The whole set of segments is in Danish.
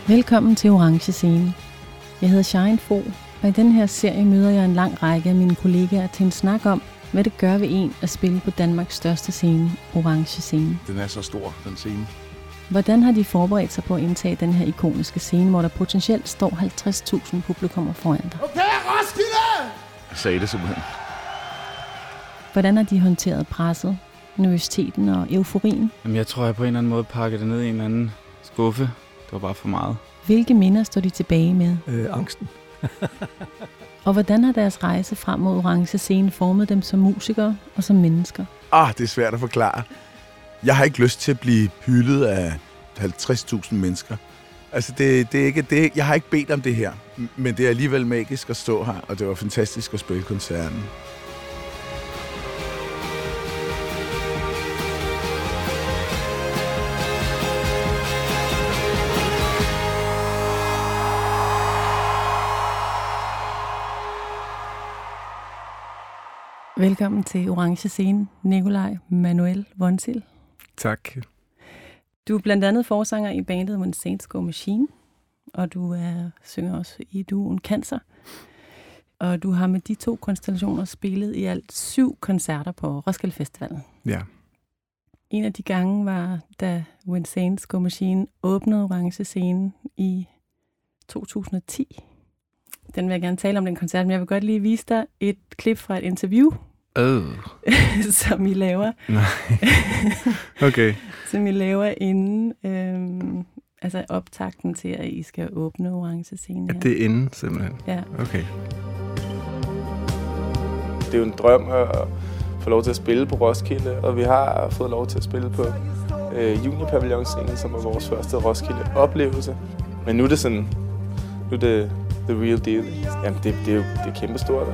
Velkommen til Orange Scene. Jeg hedder Shine Fo, og i denne her serie møder jeg en lang række af mine kollegaer til en snak om, hvad det gør ved en at spille på Danmarks største scene, Orange Scene. Den er så stor, den scene. Hvordan har de forberedt sig på at indtage den her ikoniske scene, hvor der potentielt står 50.000 publikummer foran dig? Okay, Roskilde! Jeg sagde det simpelthen. Hvordan har de håndteret presset, nervøsiteten og euforien? Jamen, jeg tror, jeg på en eller anden måde pakkede det ned i en anden skuffe. Det var bare for meget. Hvilke minder står de tilbage med? Angsten. Og hvordan har deres rejse frem mod Orange Scene formet dem som musikere og som mennesker? Det er svært at forklare. Jeg har ikke lyst til at blive hyldet af 50.000 mennesker. Altså, det er ikke, jeg har ikke bedt om det her, men det er alligevel magisk at stå her, og det var fantastisk at spille koncerten. Velkommen til Orange Scene, Nikolaj Manuel Vonsild. Tak. Du er blandt andet forsanger i bandet When Saints Go Machine, og du synger også i duoen Cancer. Og du har med de to konstellationer spillet i alt 7 koncerter på Roskilde Festivalen. Ja. En af de gange var, da When Saints Go Machine åbnede Orange Scene i 2010. Den vil jeg gerne tale om, den koncert, men jeg vil godt lige vise dig et klip fra et interview, som I laver. Nej. Okay. Som I laver inden, altså optakten til, at I skal åbne Orange Scene her. Det er inden, simpelthen? Ja. Okay. Det er jo en drøm at få lov til at spille på Roskilde, og vi har fået lov til at spille på Junior-pavillonscenen, som var vores første Roskilde-oplevelse. Men nu er det sådan, nu er det the real deal. Jamen, det er kæmpestort.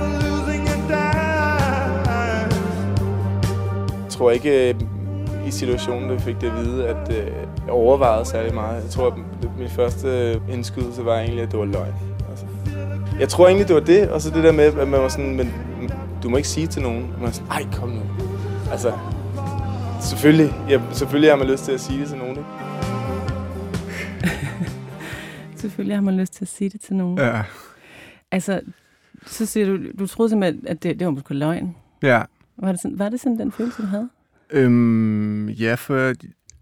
Jeg tror ikke i situationen, vi fik det at vide, at jeg overvejede særlig meget. Jeg tror, at min første indskydelse var egentlig, at det var løgn. Altså, jeg tror egentlig, det var det, og så det der med, at man var sådan, men du må ikke sige til nogen. Man var sådan, ej, kom nu. Altså, selvfølgelig har man lyst til at sige det til nogen, ikke? Selvfølgelig har man lyst til at sige det til nogen. Ja. Altså, så siger du troede simpelthen, at det var måske løgn. Ja. Var det sådan den følelse, du havde? Ja, for...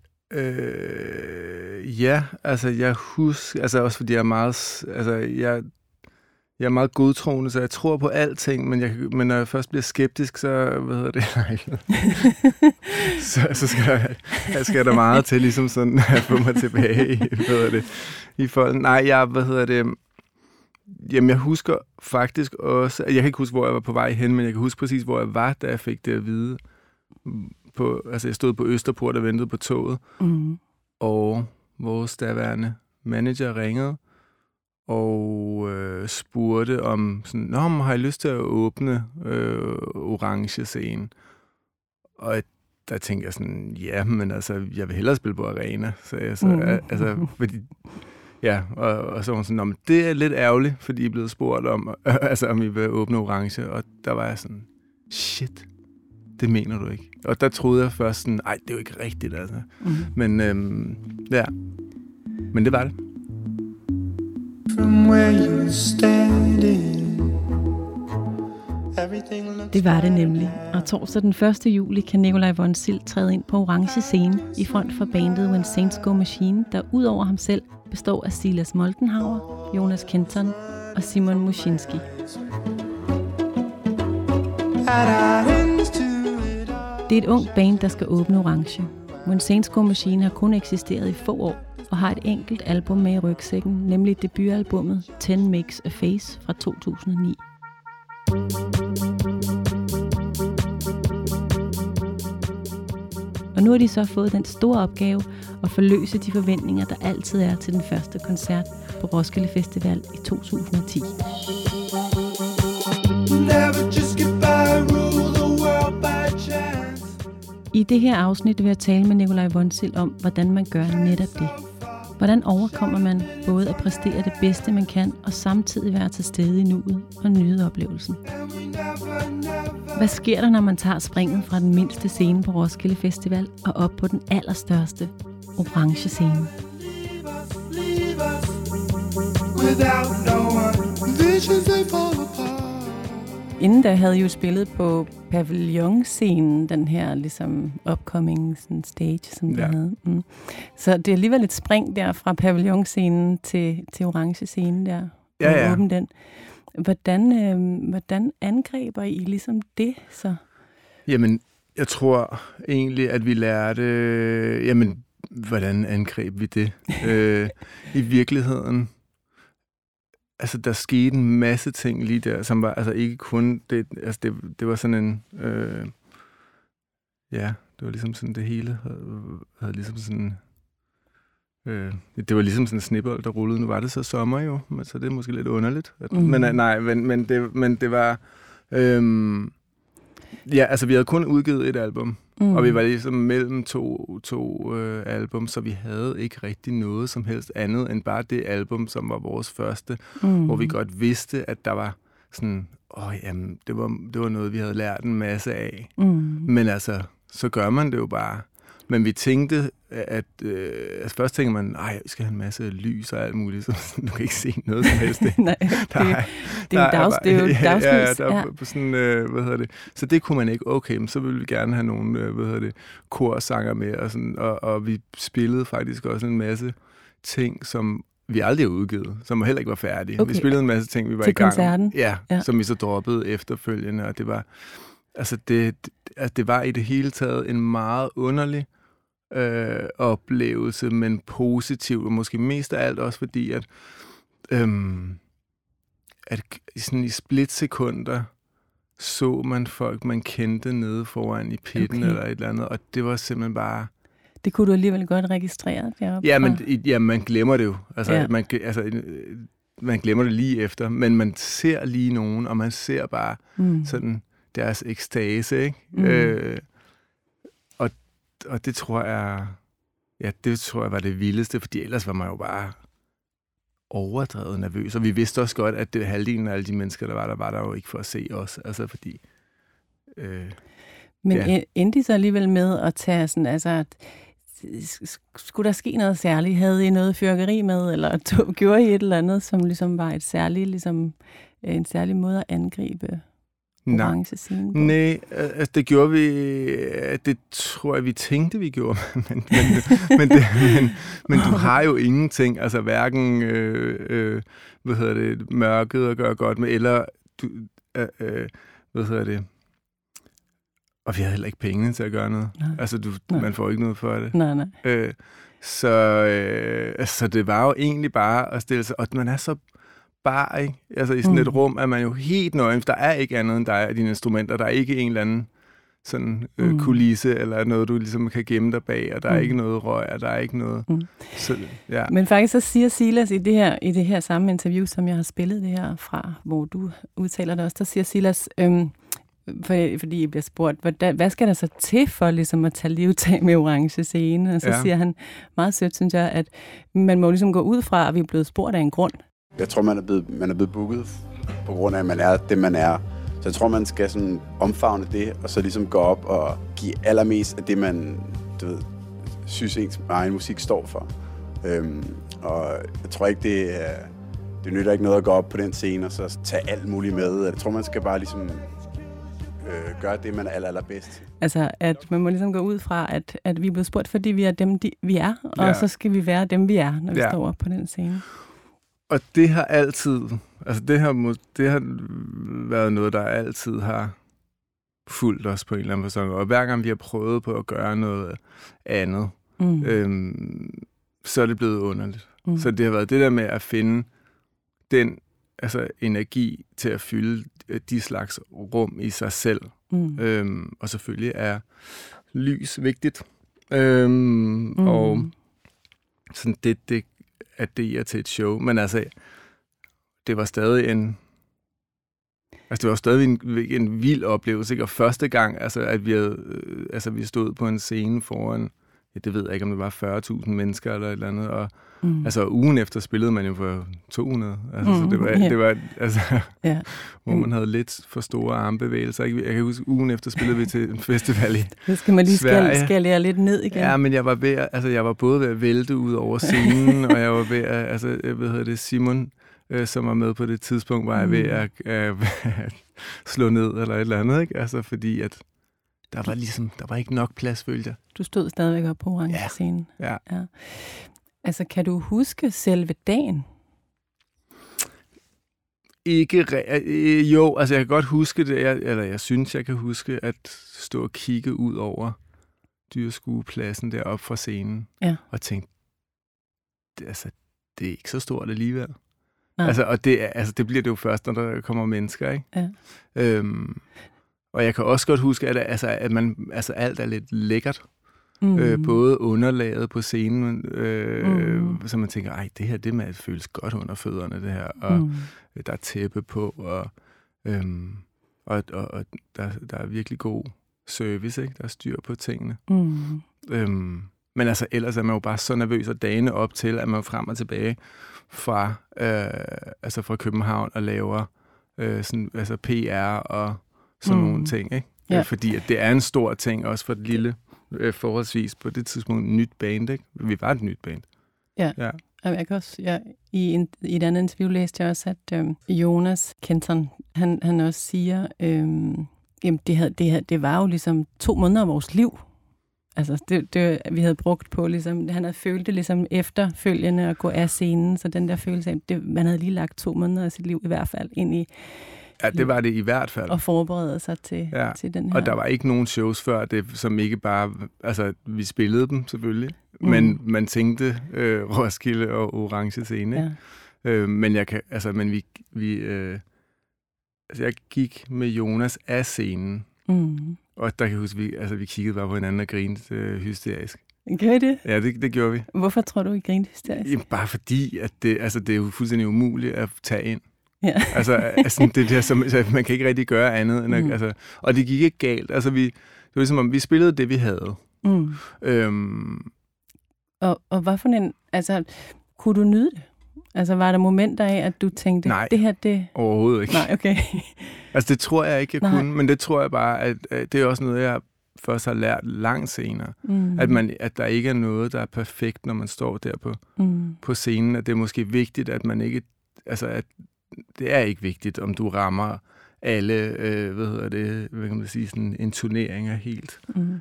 ja, altså jeg husker... Altså også fordi jeg er meget... Altså jeg er meget godtroende, så jeg tror på alting, men når jeg først bliver skeptisk, så... så skal der meget til, ligesom sådan, at få mig tilbage i folden. Nej, Jamen, jeg husker faktisk også... Jeg kan ikke huske, hvor jeg var på vej hen, men jeg kan huske præcis, hvor jeg var, da jeg fik det at vide. Jeg stod på Østerport og ventede på toget, og vores daværende manager ringede og spurgte om sådan, har I lyst til at åbne Orange Scene? Og der tænkte jeg sådan, ja, men altså, jeg vil hellere spille på Arena, sagde jeg så. Altså, fordi... Ja, og så var hun sådan, det er lidt ærgerligt, fordi I er blevet spurgt om, om I vil åbne Orange, og der var jeg sådan, shit, det mener du ikke. Og der troede jeg først sådan, det er jo ikke rigtigt, altså. Men ja, men det var det. Det var det nemlig, og torsdag den 1. juli kan Nikolaj Vonsild træde ind på Orange Scene i front for bandet When Saints Go Machine, der udover ham selv består af Silas Moldenhauer, Jonas Kenton og Simon Mushinski. Det er et ungt band, der skal åbne Orange. When Saints Go Machine har kun eksisteret i få år og har et enkelt album med i rygsækken, nemlig debutalbummet 10 Makes a Face fra 2009. Og nu har de så fået den store opgave at forløse de forventninger, der altid er til den første koncert på Roskilde Festival i 2010. I det her afsnit vil jeg tale med Nikolaj Vonsild om, hvordan man gør netop det. Hvordan overkommer man både at præstere det bedste, man kan, og samtidig være til stede i nuet og nyde oplevelsen? Hvad sker der, når man tager springet fra den mindste scene på Roskilde Festival og op på den allerstørste Orange Scene? without no one. Visions they fall apart. Inden da havde I jo spillet på Pavillon-scenen, den her ligesom upcoming sådan stage, som det havde. Mm. Så det er alligevel et spring der fra Pavillon-scenen til Orange-scenen der. Ja. Åben den. Hvordan angriber I ligesom det så? Jamen, jeg tror egentlig, at vi lærte... hvordan angreb vi det? I virkeligheden... Altså, der skete en masse ting lige der, som var altså ikke kun... Det var sådan en... det var ligesom sådan, det hele havde ligesom sådan... det var ligesom sådan en snebold, der rullede. Nu var det så sommer jo, så det er måske lidt underligt. Men det var... altså vi havde kun udgivet et album, og vi var ligesom mellem to album, så vi havde ikke rigtig noget som helst andet end bare det album, som var vores første, hvor vi godt vidste, at der var sådan, det var noget, vi havde lært en masse af. Men altså, så gør man det jo bare. Men vi tænkte, at først tænker man, vi skal have en masse lys og alt muligt, så du kan ikke se noget som helst. Nej, det er jo dagslys. Så det kunne man ikke. Okay, men så ville vi gerne have nogle, korsanger med, og, sådan, og vi spillede faktisk også en masse ting, som vi aldrig har udgivet, som heller ikke var færdige. Okay. Vi spillede en masse ting, vi var til i gang. Koncerten? Ja, som vi så droppede efterfølgende, og det var, altså det var i det hele taget en meget underlig oplevelse, men positiv, og måske mest af alt også fordi, at sådan i splitsekunder så man folk, man kendte nede foran i pitten eller et eller andet, og det var simpelthen bare... Det kunne du alligevel godt registrere deroppe? Ja, man glemmer det jo. Man glemmer det lige efter, men man ser lige nogen, og man ser bare sådan deres ekstase, ikke? Og det tror jeg var det vildeste, fordi ellers var man jo bare overdrevet nervøs. Og vi vidste også godt, at halvdelen af alle de mennesker, der var der jo ikke for at se os. Altså fordi... Men endte I så alligevel med at tage sådan, altså... Skulle der ske noget særligt? Havde I noget fyrkeri med, eller gjorde I et eller andet, som ligesom var et særligt, ligesom, en særlig måde at angribe Orange-scenen på? Nej, altså det gjorde vi, det tror jeg, vi tænkte, vi gjorde, men du har jo ingenting, altså hverken, mørket at gøre godt med, eller og vi havde heller ikke penge til at gøre noget. Nej. Altså, man får ikke noget for det. Nej. Så det var jo egentlig bare at stille sig, og man er så bare, ikke? Altså i sådan et rum er man jo helt nøgen, der er ikke andet end dig og dine instrumenter. Der er ikke en eller anden sådan kulisse, eller noget, du ligesom kan gemme dig bag, og der er ikke noget røg, og der er ikke noget... Så, ja. Men faktisk så siger Silas i det her samme interview, som jeg har spillet det her fra, hvor du udtaler det også, der siger Silas... fordi I bliver spurgt, hvad skal der så til for ligesom at tage livtag med Orange-scenen? Og så siger han meget sødt, synes jeg, at man må ligesom gå ud fra, at vi er blevet spurgt af en grund. Jeg tror, man er blevet booket på grund af, at man er det, man er. Så jeg tror, man skal sådan omfavne det, og så ligesom gå op og give allermest af det, man synes, ens egen musik står for. Og jeg tror ikke, det nytter ikke noget at gå op på den scene, og så tage alt muligt med. Jeg tror, man skal bare ligesom... gøre det, man er allerbedst. Altså, at man må ligesom gå ud fra, at vi er blevet spurgt, fordi vi er dem, vi er, og så skal vi være dem, vi er, når vi står op på den scene. Og det har altid, altså det har været noget, der altid har fulgt os på en eller anden facon. Og hver gang vi har prøvet på at gøre noget andet, så er det blevet underligt. Så det har været det der med at finde den energi til at fylde de slags rum i sig selv. Og selvfølgelig er lys vigtigt. Og sådan det adderer til et show. Men altså, det var stadig en vild oplevelse, ikke? Og første gang, at vi stod på en scene foran, det ved jeg ikke, om det var 40.000 mennesker eller et eller andet, og ugen efter spillede man jo for 200. Så det var hvor man havde lidt for store armbevægelser. Jeg kan huske, ugen efter spillede vi til en festival i Sverige. Det skal man lige skalere lidt ned igen. Ja, men jeg var både ved at vælte ud over scenen, og jeg var ved at, Simon som var med på det tidspunkt, var jeg ved at slå ned eller et eller andet, ikke? Altså, fordi at der var ikke nok plads, følte jeg. Du stod stadigvæk op på orange-scenen. Ja. Altså, kan du huske selve dagen? Ikke jo, altså jeg kan godt huske det, jeg synes, jeg kan huske at stå og kigge ud over dyreskuepladsen deroppe fra scenen, og tænke, det er ikke så stort alligevel. Altså, og det bliver det jo først, når der kommer mennesker, ikke? Ja. Og jeg kan også godt huske, at alt er lidt lækkert. Både underlaget på scenen, så man tænker, ej, det her, det føles godt under fødderne, det her, og der er tæppe på, og der er virkelig god service, ikke? Der er styr på tingene. Men altså, ellers er man jo bare så nervøs, og dagene op til, at man frem og tilbage fra København og laver PR og sådan nogle ting, ikke? Ja. Fordi at det er en stor ting, også for et lille, forholdsvis på det tidspunkt, nyt band, ikke? Vi var et nyt band. Ja. Jeg kan også, i et andet interview læste jeg også, at Jonas Kenton, han også siger, jamen det var jo ligesom 2 måneder af vores liv. Altså, det vi havde brugt på, ligesom, han havde følt det ligesom efterfølgende at gå af scenen, så den der følelse af, man havde lige lagt 2 måneder af sit liv i hvert fald ind i. Ja, det var det i hvert fald. Og forberede sig til den her. Og der var ikke nogen shows før det, som ikke bare, altså vi spillede dem selvfølgelig, men man tænkte Roskilde og Orange Scene. Ja. Men jeg gik med Jonas af scenen. Og der kan jeg huske, vi kiggede bare på hinanden og grinede hysterisk. Gjorde I det? Ja, det gjorde vi. Hvorfor tror du, I grinede hysterisk? Jamen, bare fordi, at det er jo fuldstændig umuligt at tage ind. Ja. altså det der, som man kan ikke rigtig gøre andet. End og det gik ikke galt. Altså, det var ligesom, om vi spillede det, vi havde. Og hvad for en... Altså, kunne du nyde det? Altså, var der momenter af, at du tænkte, det her, det... Overhovedet ikke. Nej, okay. Altså, det tror jeg ikke, jeg kunne, men det tror jeg bare, at det er også noget, jeg først har lært langt senere. At der ikke er noget, der er perfekt, når man står der på scenen. At det er måske vigtigt, at man ikke... Altså, at det er ikke vigtigt, om du rammer alle, hvad kan man sige, sådan intoneringer helt,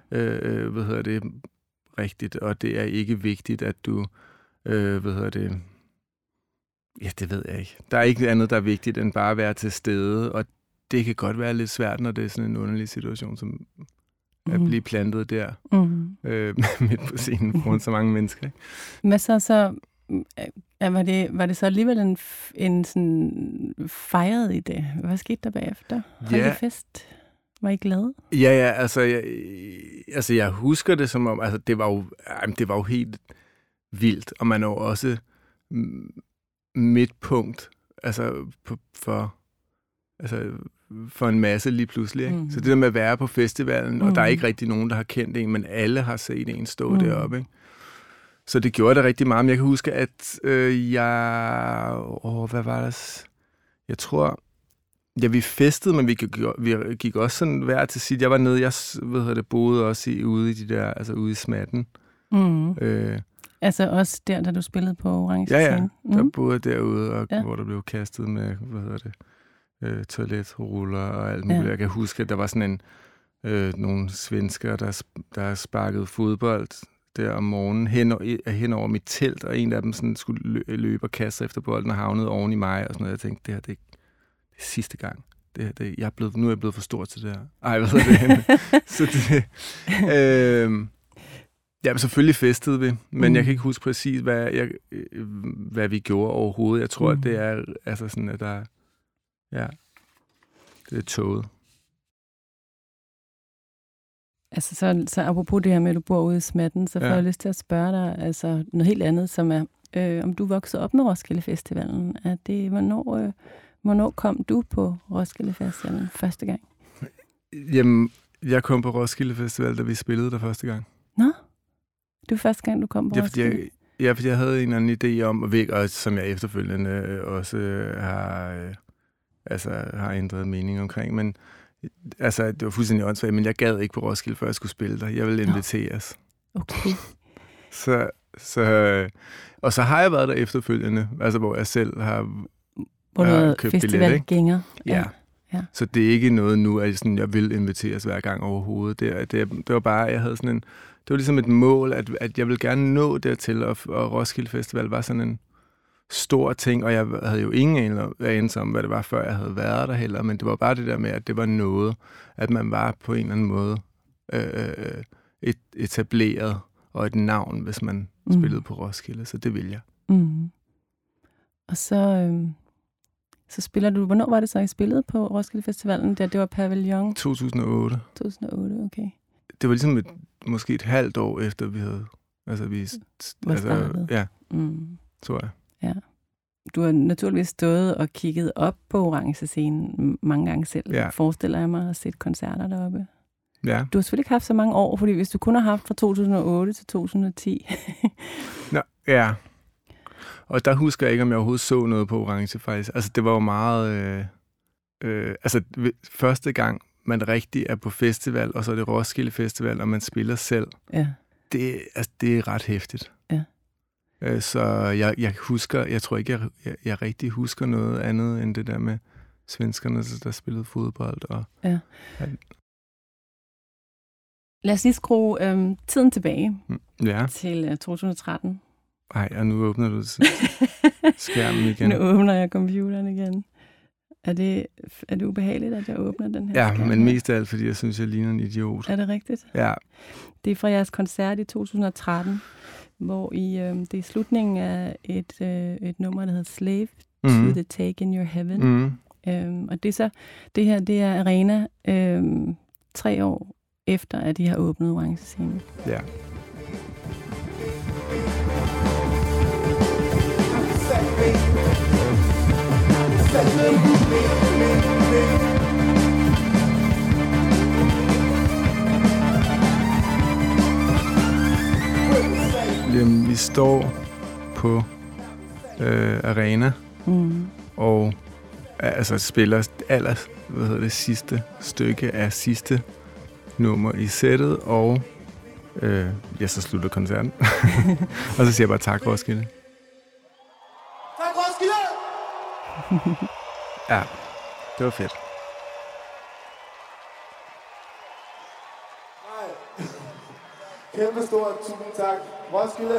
rigtigt. Og det er ikke vigtigt, at du, ja, det ved jeg ikke. Der er ikke andet, der er vigtigt, end bare at være til stede, og det kan godt være lidt svært, når det er sådan en underlig situation, som at blive plantet der, midt på scenen foran så mange mennesker. Ikke? Men så var det så alligevel en sådan fejret i det? Hvad skete der bagefter? Holdt I fest? Var I glade? Ja, altså jeg husker det som om, altså det var jo helt vildt, og man er jo også midtpunkt, altså for en masse lige pludselig. Ikke? Så det der med at være på festivalen, og der er ikke rigtig nogen, der har kendt en, men alle har set en stå deroppe. Ikke? Så det gjorde det rigtig meget. Men jeg kan huske, at hvad var det? Jeg tror, vi festede, men vi gik også sådan hver til sit. Jeg var nede, jeg boede også ude i de der, altså ude i smatten. Altså også der, da du spillede på Orange Scene? Ja, der boede derude, og hvor der blev kastet med, toiletruller og alt muligt. Jeg kan huske, at der var sådan nogle svensker, der sparkede fodbold der om morgenen hen over mit telt, og en af dem sådan skulle løbe og kaste efter bolden og havnede oven i mig, og sådan noget. Jeg tænkte, det her, det er sidste gang. Nu er jeg blevet for stor til det her. Ej, hvad hedder det? Så det... Ja, selvfølgelig festede vi, men jeg kan ikke huske præcis, hvad vi gjorde overhovedet. Jeg tror, at det er altså sådan, at der... Ja, det er toget. Altså, så apropos det her med, at du bor ude i smatten, så får jeg lyst til at spørge dig altså noget helt andet, som er, om du voksede op med Roskilde Festivalen. Hvornår kom du på Roskilde Festivalen første gang? Jamen, jeg kom på Roskilde Festival, da vi spillede der første gang. Nå? Det var første gang, du kom på Roskilde? Fordi jeg havde en eller anden idé om, og som jeg efterfølgende også har ændret mening omkring, men altså, det var fuldstændig åndssvagt, men jeg gad ikke på Roskilde, før jeg skulle spille der. Jeg ville inviteres. Okay. Og så har jeg været der efterfølgende, altså hvor jeg selv har Hvor du er festivalgænger. Ja. Så det er ikke noget nu, at jeg vil inviteres hver gang overhovedet. Det var bare, jeg havde sådan en... Det var ligesom et mål, at jeg ville gerne nå dertil, og Roskilde Festival var sådan en stor ting, og jeg havde jo ingen anelse om, hvad det var, før jeg havde været der heller, men det var bare det der med, at det var noget, at man var på en eller anden måde etableret, og et navn, hvis man spillede på Roskilde, så det ville jeg. Mm. Og så spiller du... Hvornår var det så, I spillede på Roskilde Festivalen? Det var Pavillon? 2008. 2008, okay. Det var ligesom måske et halvt år efter, vi havde... startet. Ja, tror jeg. Ja. Du har naturligvis stået og kigget op på Orange Scenen mange gange selv. Ja. Forestiller jeg mig at set koncerter deroppe. Ja. Du har selvfølgelig ikke haft så mange år, fordi hvis du kun har haft fra 2008 til 2010... Nå, ja. Og der husker jeg ikke, om jeg overhovedet så noget på Orange, faktisk. Altså, det var jo meget... første gang, man rigtig er på festival, og så er det Roskilde Festival, og man spiller selv. Ja. Det er ret hæftigt. Ja. Så jeg husker... Jeg tror ikke, jeg rigtig husker noget andet, end det der med svenskerne, der spillede fodbold. Og, ja. Lad os lige skrue tiden tilbage til 2013. Ej, og nu åbner du skærmen igen. Nu åbner jeg computeren igen. Er det ubehageligt, at jeg åbner den her skærm? Ja, men mest af alt, fordi jeg synes, jeg ligner en idiot. Er det rigtigt? Ja. Det er fra jeres koncert i 2013, hvor det er slutningen af et nummer, der hedder Slave to the Take in Your Heaven. Og det er så, det er Arena 3 år efter, at de har åbnet Orange Scenen. Ja. Vi står på Arena og spiller sidste stykke af sidste nummer i sættet, og så slutter koncerten. Og så siger jeg bare tak, Roskilde. Tak, Roskilde! Ja, det var fedt. Nej. Kæmpe stort tusind tak, Roskilde.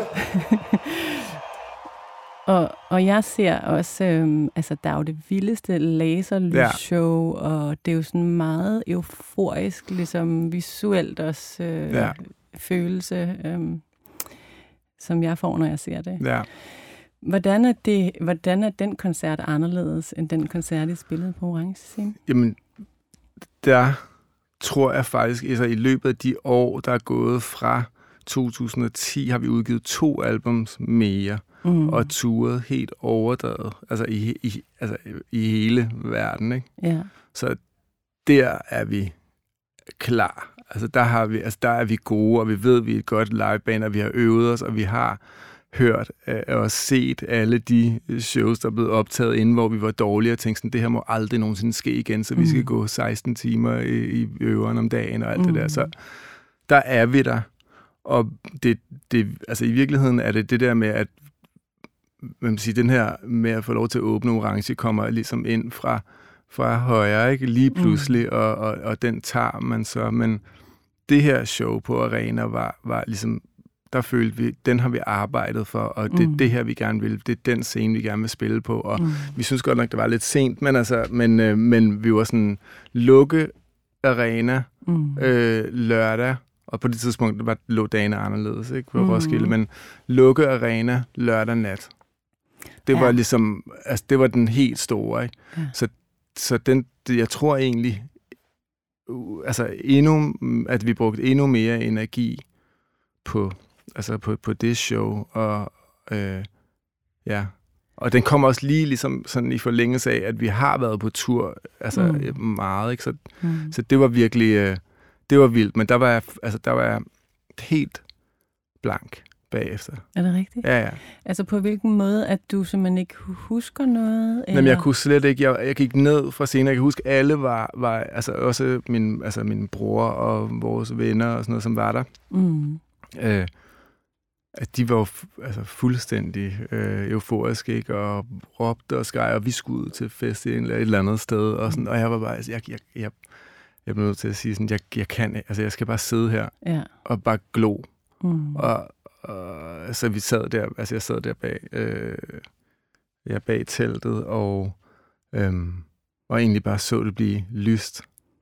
Og jeg ser også, der er jo det vildeste laserlysshow, og det er jo sådan meget euforisk, ligesom visuelt også følelse, som jeg får, når jeg ser det. Ja. Hvordan er den koncert anderledes, end den koncert, I spillede på Orange Scenen? Jamen, der tror jeg faktisk, altså i løbet af de år, der er gået fra 2010, har vi udgivet 2 albums mere, og turet helt overdrevet, altså i hele verden, ikke? Ja. Så der er vi klar. Altså der er vi gode, og vi ved, at vi er et godt liveband, og vi har øvet os, og vi har hørt og set alle de shows, der er blevet optaget inden, hvor vi var dårlige, og tænkte sådan, det her må aldrig nogensinde ske igen, så vi skal gå 16 timer i øveren om dagen og alt det der. Så der er vi der. Og altså i virkeligheden er det der med, at man siger, den her med at få lov til at åbne Orange kommer ligesom ind fra højre, ikke? Lige pludselig, og den tager man så. Men det her show på Arena var ligesom, der følte vi, den har vi arbejdet for, og det er det her, vi gerne vil. Det er den scene, vi gerne vil spille på. Og vi synes godt nok, det var lidt sent, men vi var sådan lukke Arena lørdag, og på det tidspunkt lå dagene anderledes, ikke, på Roskilde, men lukke Arena lørdag nat. Det var ligesom, altså det var den helt store, ikke? Ja. Så jeg tror egentlig, altså at vi brugte endnu mere energi på det show, og og den kommer også lige ligesom sådan i forlængelse af, at vi har været på tur, meget, ikke? Så det var virkelig, det var vildt, men der var jeg helt blank bagefter. Er det rigtigt? Ja. Altså på hvilken måde, at du simpelthen ikke husker noget? Eller? Jamen jeg kunne slet ikke, jeg gik ned fra scenen, jeg kan huske, alle var altså også min bror og vores venner og sådan noget, som var der. at de var jo fuldstændig euforiske, ikke? Og råbte og skreg, og vi skulle ud til fest i et eller andet sted. Og, sådan, og jeg var bare, altså, jeg blev nødt til at sige sådan, jeg kan, altså jeg skal bare sidde her og bare glo. Og så vi sad der, altså jeg sad der bag teltet, og egentlig bare så det blive lyst.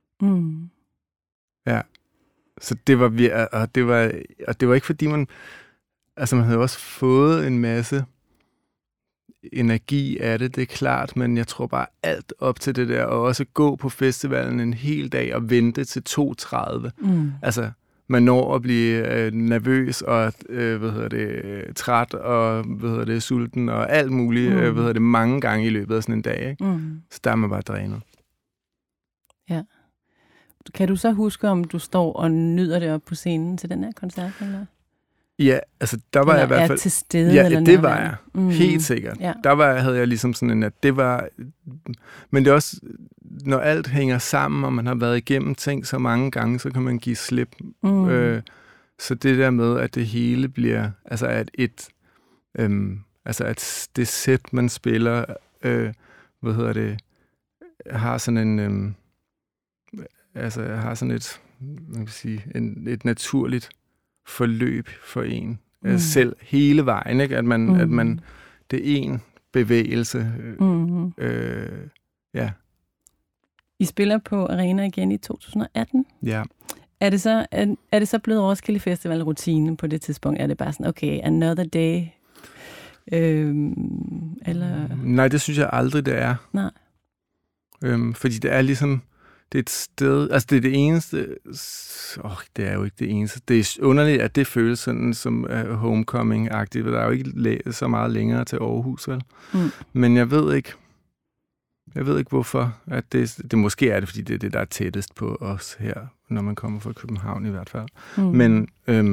Ja. Så det var det var ikke fordi man havde også fået en masse energi af det, det er klart, men jeg tror bare alt op til det der, og også gå på festivalen en hel dag og vente til 2:30. Altså, man når at blive nervøs og træt og sulten og alt muligt, mange gange i løbet af sådan en dag, ikke? Så der er man bare drænet. Ja. Kan du så huske, om du står og nyder det op på scenen til den her koncert? Eller? Ja, altså der var jeg i hvert fald til stede, ja, eller det var jeg. Helt sikkert. Ja. Havde jeg ligesom sådan en, at det var, men det er også, når alt hænger sammen, og man har været igennem ting så mange gange, så kan man give slip. Så det der med, at det hele bliver, altså at det sæt, man spiller, har sådan en, har sådan et, man kan sige, et naturligt forløb for en selv hele vejen, ikke? At man det er en bevægelse. Ja. I spiller på Arena igen i 2018. Ja. Er det så blevet Roskilde Festival rutine på det tidspunkt? Er det bare sådan, okay, another day? Eller? Nej, det synes jeg aldrig, det er. Nej. Fordi det er ligesom, det er et sted, altså det er det eneste, det er jo ikke det eneste. Det er underligt, at det føles sådan som homecoming-agtigt, for der er jo ikke så meget længere til Aarhus, vel? Men jeg ved ikke hvorfor, at det måske er det, fordi det er det, der er tættest på os her, når man kommer fra København i hvert fald. Men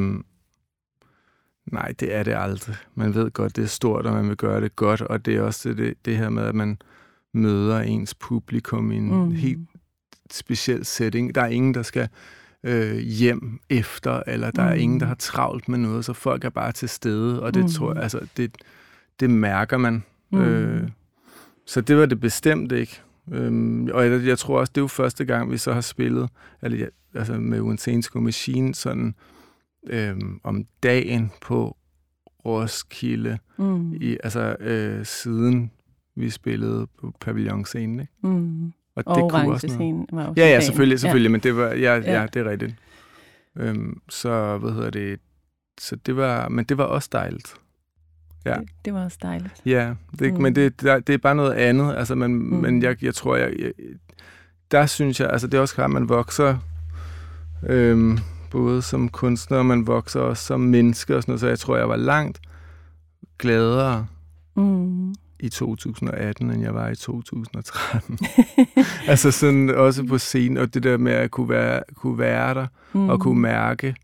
nej, det er det aldrig. Man ved godt, det er stort, og man vil gøre det godt, og det er også det her med, at man møder ens publikum i en helt speciel setting. Der er ingen, der skal hjem efter, eller der er ingen, der har travlt med noget, så folk er bare til stede, og det tror jeg, altså, det mærker man. Så det var det bestemt ikke. Og jeg tror også, det er jo første gang, vi så har spillet, altså med Unsane School Machine, sådan om dagen på Roskilde, siden vi spillede på Pavillon-scenen, ikke? Og det kunne også scenen var også ja, selvfølgelig, men det var, ja, det er rigtigt. Så, så det var, men det var også dejligt. Ja. Det var også dejligt. Ja, men det er bare noget andet, altså, men jeg tror, der synes jeg, altså det er også klart, at man vokser, både som kunstner, og man vokser også som menneske og sådan noget, så jeg tror, jeg var langt gladere i 2018, end jeg var i 2013. Altså sådan også på scenen, og det der med at kunne være der, og kunne mærke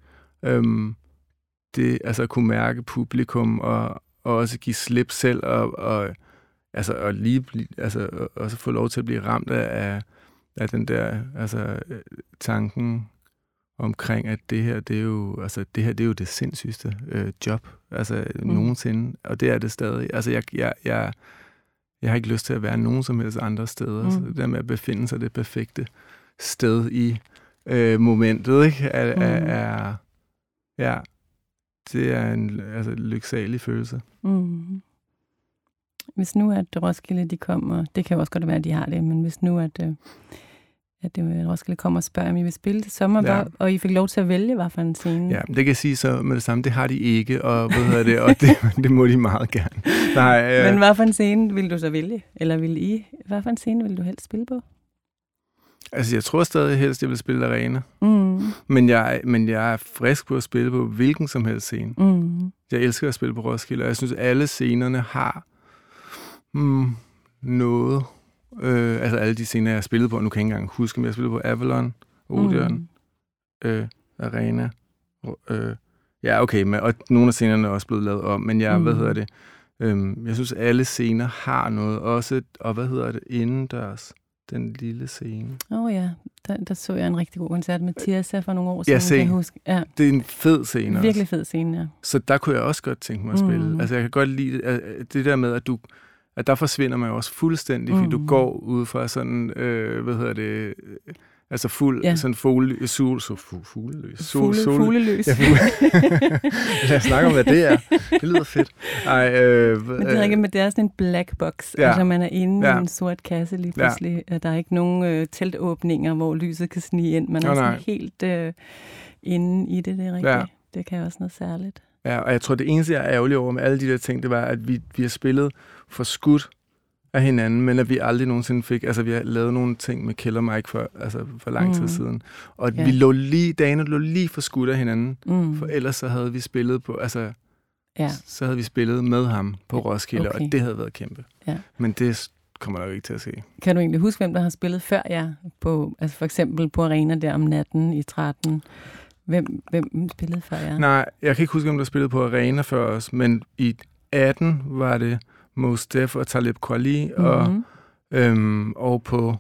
det, altså kunne mærke publikum, og også give slip selv, og lige også få lov til at blive ramt af den der, altså tanken omkring, at det her, det er jo det sindssygste job, altså nogensinde, og det er det stadig. Altså jeg har ikke lyst til at være nogen som helst andre steder, så det der med at befinde sig det perfekte sted i momentet, ikke? Det er en lyksalig følelse. Hvis nu at Roskilde de kommer, det kan jo også godt være, at de har det, men hvis nu at Roskilde kommer og spørger, om I vil spille til sommer, og I fik lov til at vælge, hvad for en scene? Ja, det kan jeg sige så med det samme, det har de ikke, og det må de meget gerne. Nej, men hvad for en scene vil du så vælge? Eller hvad for en scene vil du helst spille på? Altså, jeg tror stadig helst, jeg vil spille Arena. Men jeg er frisk på at spille på hvilken som helst scene. Jeg elsker at spille på Roskilde, og jeg synes, at alle scenerne har noget. Altså alle de scener, jeg har spillet på, nu kan jeg ikke engang huske, men jeg har spillet på Avalon, Odeon, Arena. Ja, okay, og nogle af scenerne er også blevet lavet om, men jeg, jeg synes, alle scener har noget, også, og indendørs. Den lille scene. Ja, der så jeg en rigtig god koncert med Tirsa for nogle år siden. Ja, kan jeg huske. Ja. Det er en fed scene. Virkelig også. fed scene, ja. Så der kunne jeg også godt tænke mig at spille. Altså jeg kan godt lide det der med, at der forsvinder man jo også fuldstændig, fordi du går ud fra sådan, altså fuld, sådan fugleløs. Fugleløs. Ja, lad os snakke om, hvad det er. Det lyder fedt. Men det er ikke, men det er sådan en black box. Ja. Altså man er inde i en sort kasse lige pludselig. Ja. Der er ikke nogen teltåbninger, hvor lyset kan snige ind. Man er sådan helt inde i det er rigtigt. Ja. Det kan også noget særligt. Ja, og jeg tror, det eneste, jeg er ærgerlig over med alle de der ting, det var, at vi har spillet for skudt af hinanden, men at vi aldrig nogensinde fik, altså vi har lavet nogle ting med Kjeld og Mike for lang tid siden, og vi dagene lå lige for skudt af hinanden, for ellers så havde vi spillet på, så havde vi spillet med ham på Roskilde, og det havde været kæmpe. Ja. Men det kommer nok ikke til at se. Kan du egentlig huske, hvem der har spillet før jer, altså for eksempel på Arena der om natten i 13? Hvem spillede før jer? Nej, jeg kan ikke huske, hvem der spillede på Arena før os, men i 18 var det Mos Def og Talib Kweli, og på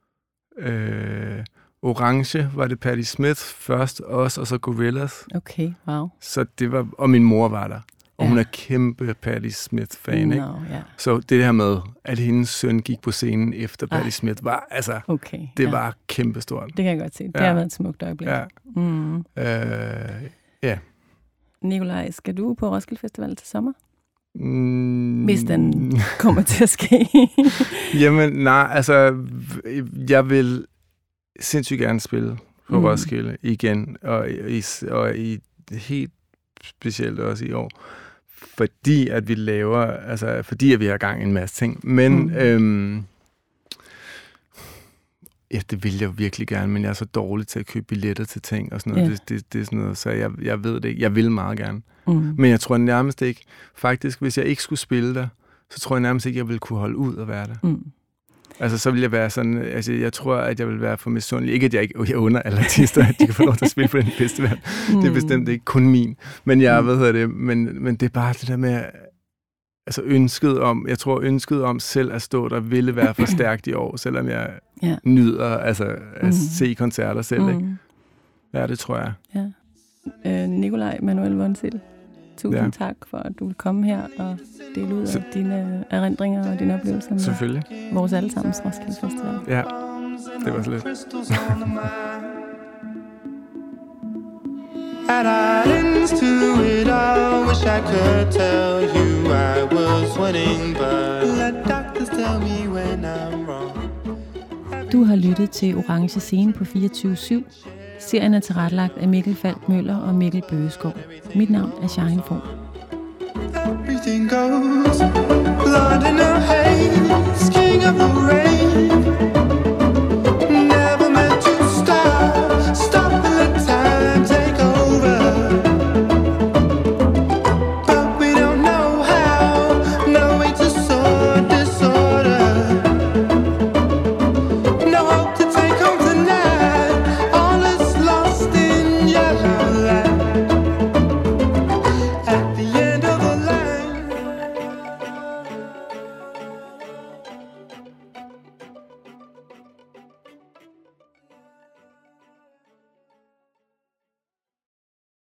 Orange var det Patti Smith først, os, og så Gorillaz. Okay, wow. Så det var, og min mor var der, og hun er kæmpe Patti Smith-fan, ikke? Så det her med, at hendes søn gik på scenen efter Patti Smith, var det var kæmpestort. Det kan jeg godt se. Det har været et smukt øjeblik. Ja. Nikolaj, skal du på Roskilde Festival til sommer? Hvis den kommer til at ske. Jamen, nej, altså, jeg vil sindssygt gerne spille på Roskilde igen, og i helt specielt også i år, fordi at vi laver, fordi at vi har gang i en masse ting. Men, det vil jeg virkelig gerne, men jeg er så dårlig til at købe billetter til ting og sådan noget. Det er sådan noget, så jeg ved det ikke. Jeg vil meget gerne. Men jeg tror nærmest ikke, faktisk, hvis jeg ikke skulle spille der, så tror jeg nærmest ikke, jeg ville kunne holde ud at være der. Altså, så ville jeg være sådan, jeg tror, at jeg vil være for misundelig. Ikke, at jeg under alle artister, at de kan få lov til at spille på den festival. Det er bestemt ikke kun min. Men men det er bare det der med, altså ønsket om selv at stå der ville være for stærkt i år, selvom jeg nyder at se koncerter selv, ikke? Ja, det tror jeg. Ja. Nikolaj Manuel Vonsild, tusind tak for, at du vil komme her og dele ud af dine erindringer og dine oplevelser med vores allesammens Roskilde Festival. Ja, det var så lidt. Had I ends to it all, wish I could tell you I was winning, but let doctors tell me when I'm wrong. Du har lyttet til Orange Scene på 24/7. Serien er tilrettelagt af Mikkel Falk Møller og Mikkel Bøgeskov. Mit navn er Shine Form. Everything goes, blood in a haze, king of the rain.